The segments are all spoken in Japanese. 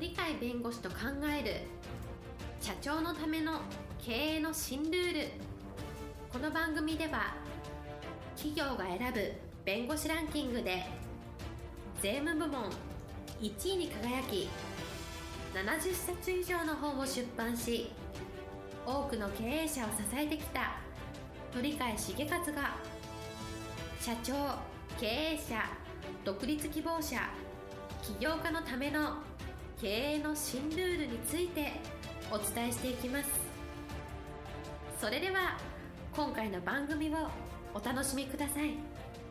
鳥飼弁護士と考える社長のための経営の新ルール。この番組では企業が選ぶ弁護士ランキングで税務部門1位に輝き、70冊以上の本を出版し、多くの経営者を支えてきた鳥飼茂勝が、社長、経営者、独立希望者、起業家のための経営の新ルールについてお伝えしていきます。それでは今回の番組をお楽しみください。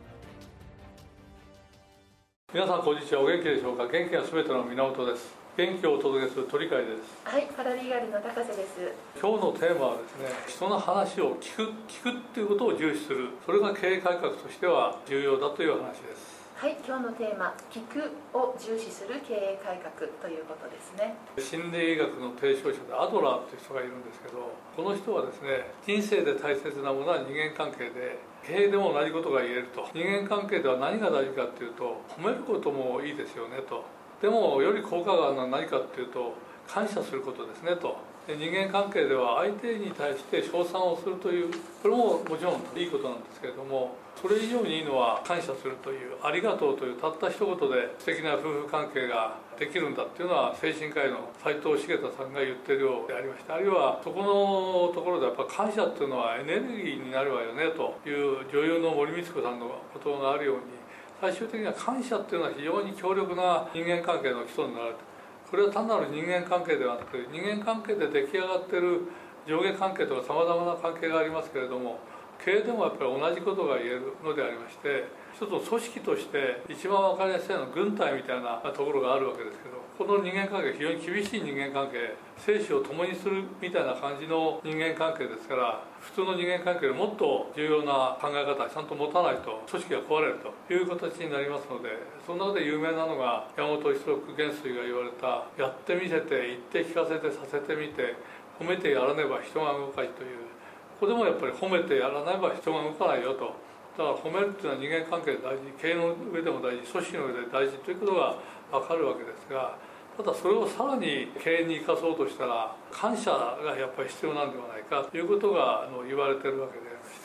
皆さんこんにちは。お元気でしょうか。元気がすべての源です。元気をお届けする鳥飼です。 はい、パラリーガルの高瀬です。 今日のテーマはですね、人の話を聞くっていうことを重視する、それが経営改革としては重要だという話です。 はい、今日のテーマ、聞くを重視する経営改革ということですね。 心理学の提唱者でアドラーという人がいるんですけど、この人はですね、人生で大切なものは人間関係で、経営でも同じことが言えると。人間関係では何が大事かっていうと、褒めることもいいですよねと。でもより効果があるのは何かっていうと、感謝することですねと。人間関係では相手に対して称賛をするという、これももちろんいいことなんですけれども、それ以上にいいのは感謝するという、ありがとうというたった一言で素敵な夫婦関係ができるんだっていうのは、精神科医の斉藤茂太さんが言ってるようでありまして、あるいはそこのところでやっぱ感謝っていうのはエネルギーになるわよねという女優の森光子さんの言葉があるように、最終的には感謝っていうのは非常に強力な人間関係の基礎になる。これは単なる人間関係ではなく、人間関係で出来上がっている上下関係とかさまざまな関係がありますけれども、経営でもやっぱり同じことが言えるのでありまして、一つの組織として一番分かりやすいのは軍隊みたいなところがあるわけですけど、この人間関係非常に厳しい人間関係、生死を共にするみたいな感じの人間関係ですから、普通の人間関係よりもっと重要な考え方をちゃんと持たないと組織が壊れるという形になりますので、その中で有名なのが山本五十六元帥が言われた、やってみせて言って聞かせてさせてみて褒めてやらねば人が動かないという、ここでもやっぱり褒めてやらねば人が動かないよと。だから褒めるっていうのは人間関係で大事、経営の上でも大事、組織の上で大事ということが分かるわけですが、ただそれをさらに経営に生かそうとしたら感謝がやっぱり必要なんではないかということが言われてるわけでありまして、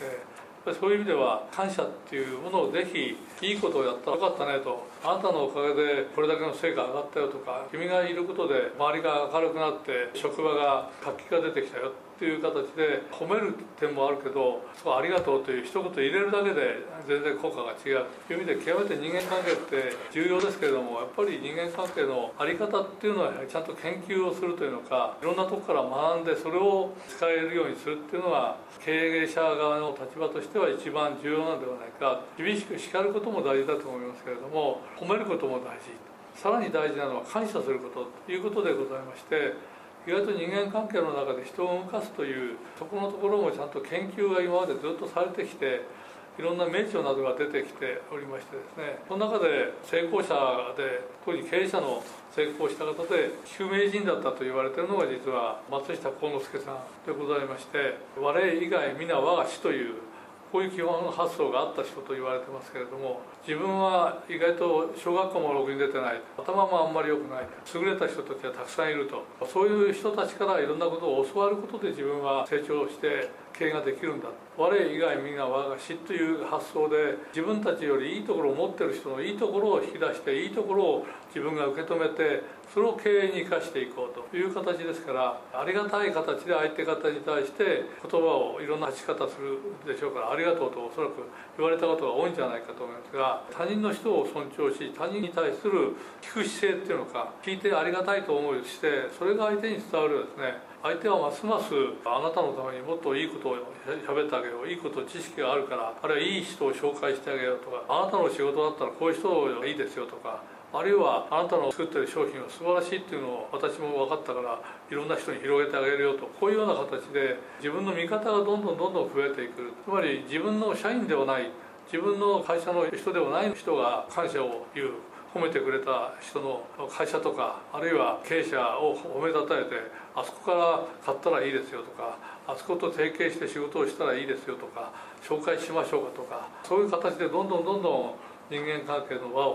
そういう意味では感謝っていうものをぜひ、いいことをやったらよかったねと、あなたのおかげでこれだけの成果が上がったよとか、君がいることで周りが明るくなって職場が活気が出てきたよという形で褒める点もあるけど、そうありがとうという一言入れるだけで全然効果が違うという意味で、極めて人間関係って重要ですけれども、やっぱり人間関係の在り方っていうのはちゃんと研究をするというのか、いろんなとこから学んでそれを使えるようにするっていうのは、経営者側の立場としては一番重要なのではないか。厳しく叱ることも大事だと思いますけれども、褒めることも大事、さらに大事なのは感謝することということでございまして、意外と人間関係の中で人を動かすというそこのところもちゃんと研究が今までずっとされてきて、いろんな名著などが出てきておりましてですね、その中で成功者で、特に経営者の成功した方で聞く名人だったと言われているのが、実は松下幸之助さんでございまして、我以外皆我が師という、こういう基本の発想があった人と言われてますけれども、自分は意外と小学校もろくに出てない、頭もあんまり良くない、優れた人たちがたくさんいると、そういう人たちからいろんなことを教わることで自分は成長して経営ができるんだ、我以外皆我が師という発想で、自分たちよりいいところを持ってる人のいいところを引き出して、いいところを自分が受け止めて、それを経営に生かしていこうという形ですから、ありがたい形で相手方に対して言葉をいろんな発し方するでしょうから、ありがとうとおそらく言われたことが多いんじゃないかと思いますが、他人の人を尊重し、他人に対する聞く姿勢っていうのか、聞いてありがたいと思うして、それが相手に伝わるですね、相手はますますあなたのためにもっといいことを喋ってあげよう、いいこと知識があるから、あるいはいい人を紹介してあげようとか、あなたの仕事だったらこういう人がいいですよとか、あるいはあなたの作ってる商品は素晴らしいっていうのを私も分かったからいろんな人に広げてあげるよと、こういうような形で自分の見方がどんどん増えていく。つまり自分の社員ではない、自分の会社の人ではない人が感謝を言う、褒めてくれた人の会社とか、あるいは経営者を褒めたたえて、あそこから買ったらいいですよとか、あそこと提携して仕事をしたらいいですよとか、紹介しましょうかとか、そういう形でどんどん人間関係の輪を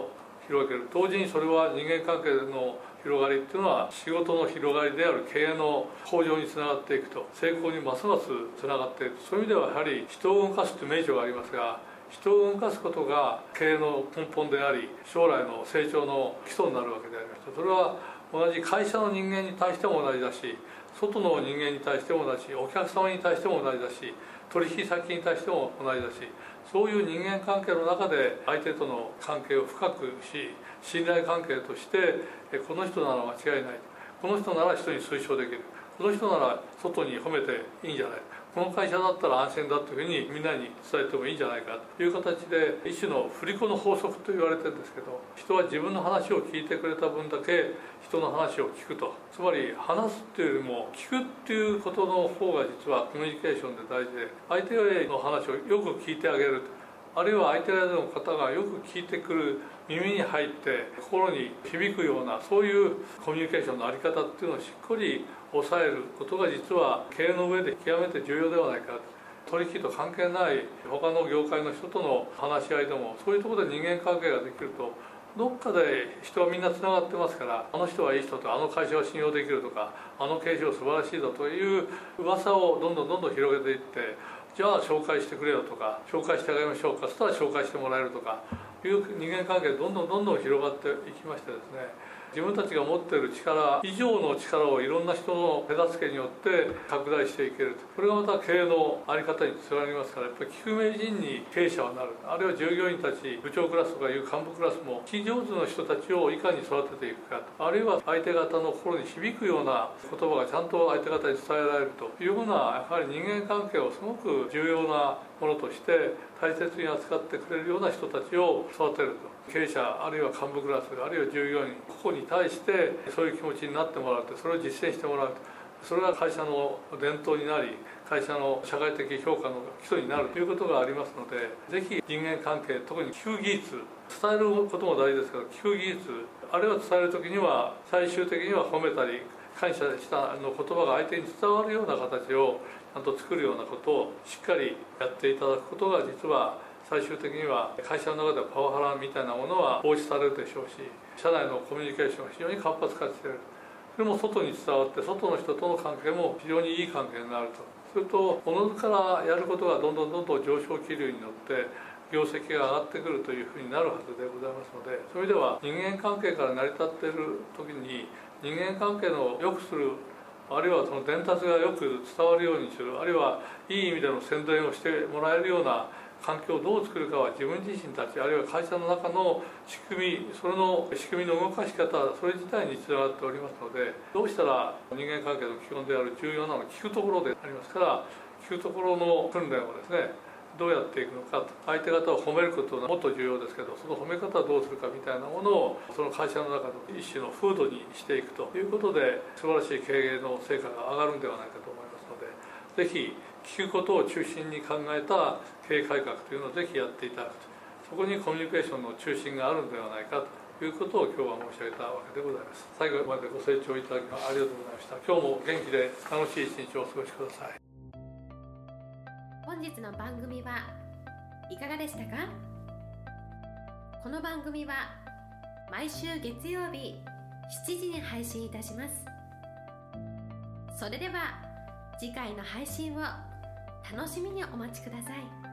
広げる。同時にそれは人間関係の広がりっていうのは仕事の広がりである経営の向上につながっていくと、成功にますますつながっていく。そういう意味ではやはり人を動かすという名称がありますが、人を動かすことが経営の根本であり、将来の成長の基礎になるわけでありまして、それは同じ会社の人間に対しても同じだし、外の人間に対しても同じし、お客様に対しても同じだし、取引先に対しても同じだし、そういう人間関係の中で相手との関係を深くし、信頼関係としてこの人なら間違いない、この人なら人に推奨できる、この人なら外に褒めていいんじゃない、この会社だったら安心だというふうにみんなに伝えてもいいんじゃないかという形で、一種の振り子の法則と言われてるんですけど、人は自分の話を聞いてくれた分だけ人の話を聞くと。つまり話すっていうよりも聞くっていうことの方が実はコミュニケーションで大事で、相手の話をよく聞いてあげる、あるいは相手の方がよく聞いてくる、耳に入って心に響くような、そういうコミュニケーションの在り方っていうのをしっかり抑えることが実は経営の上で極めて重要ではないか。取引と関係ない他の業界の人との話し合いでも、そういうところで人間関係ができると、どっかで人はみんなつながってますから、あの人はいい人と、あの会社は信用できるとか、あの経営者素晴らしいだという噂をどんどん広げていって、じゃあ紹介してくれよとか、紹介してあげましょうか、そしたら紹介してもらえるとかいう人間関係がどんどん広がっていきましてですね、自分たちが持っている力以上の力をいろんな人の手助けによって拡大していけると。これがまた経営の在り方につながりますから、やっぱり聞く名人に経営者はなる、あるいは従業員たち、部長クラスとかいう幹部クラスも聞き上手の人たちをいかに育てていくか、あるいは相手方の心に響くような言葉がちゃんと相手方に伝えられるというような、やはり人間関係をすごく重要なものとして大切に扱ってくれるような人たちを育てると。経営者、あるいは幹部クラス、あるいは従業員、個々に対してそういう気持ちになってもらうと、それを実践してもらうと、それが会社の伝統になり、会社の社会的評価の基礎になるということがありますので、ぜひ人間関係、特に聞く技術、伝えることも大事ですけど、聞く技術、あるいは伝える時には最終的には褒めたり感謝したの言葉が相手に伝わるような形をちゃんと作るようなことをしっかりやっていただくことが、実は最終的には会社の中ではパワハラみたいなものは防止されるでしょうし、社内のコミュニケーションが非常に活発化している。それも外に伝わって、外の人との関係も非常にいい関係になると。それとおのずからやることがどんどん上昇気流に乗って業績が上がってくるというふうになるはずでございますので、そういう意味では人間関係から成り立っている時に、人間関係の良くする、あるいはその伝達がよく伝わるようにする、あるいはいい意味での宣伝をしてもらえるような環境をどう作るかは自分自身たち、あるいは会社の中の仕組み、それの仕組みの動かし方、それ自体につながっておりますので、どうしたら人間関係の基本である重要なのは聞くところでありますから、聞くところの訓練をですね、どうやっていくのかと。相手方を褒めることはもっと重要ですけど、その褒め方はどうするかみたいなものをその会社の中の一種の風土にしていくということで、素晴らしい経営の成果が上がるんではないかと思いますので、ぜひ聞くことを中心に考えた経営改革というのをぜひやっていただくと。そこにコミュニケーションの中心があるのではないかということを今日は申し上げたわけでございます。最後までご清聴いただきありがとうございました。今日も元気で楽しい一日をお過ごしください。 本日の番組はいかがでしたか？この番組は毎週月曜日7時に配信いたします。それでは次回の配信を楽しみにお待ちください。